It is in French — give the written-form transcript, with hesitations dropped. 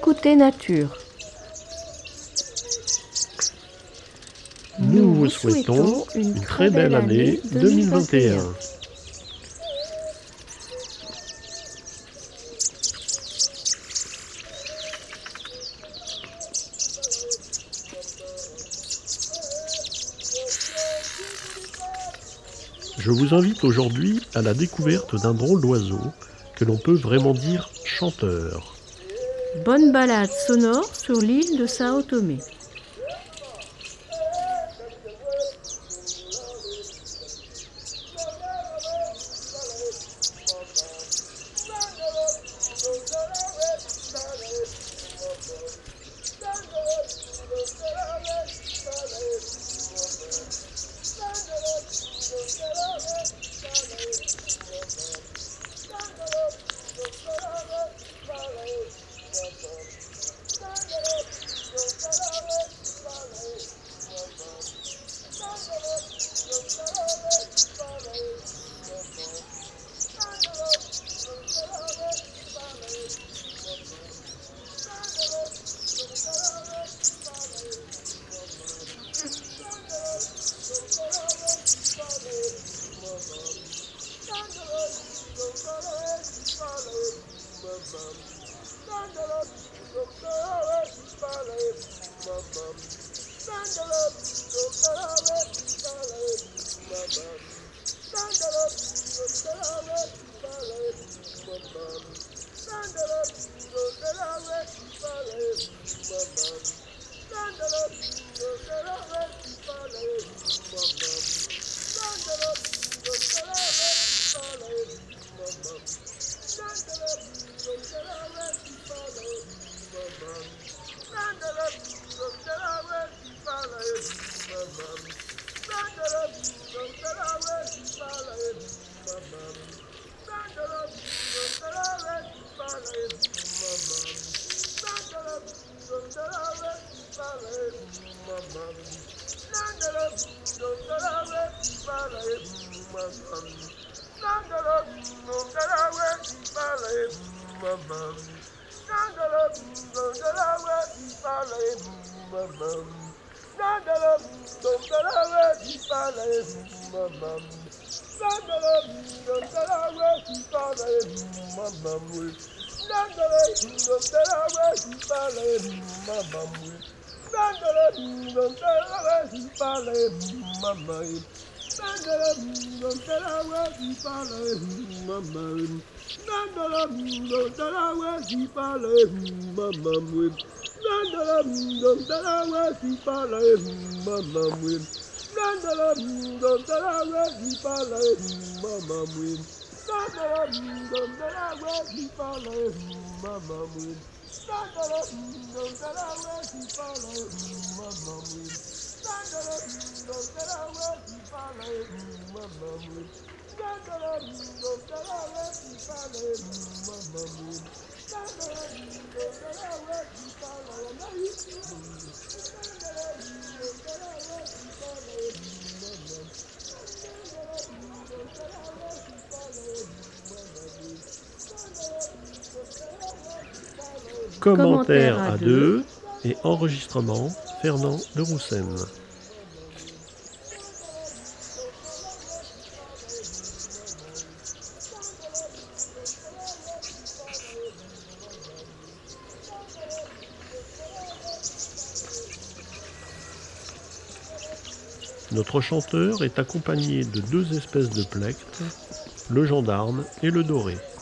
écoutez Nature. Nous vous souhaitons une très belle année 2021. Je vous invite aujourd'hui à la découverte d'un drôle d'oiseau que l'on peut vraiment dire chanteur. Bonne balade sonore sur l'île de Sao Tomé. Commentaire à deux et enregistrement Fernand de Roussem. Notre chanteur est accompagné de deux espèces de plectres, le gendarme et le doré.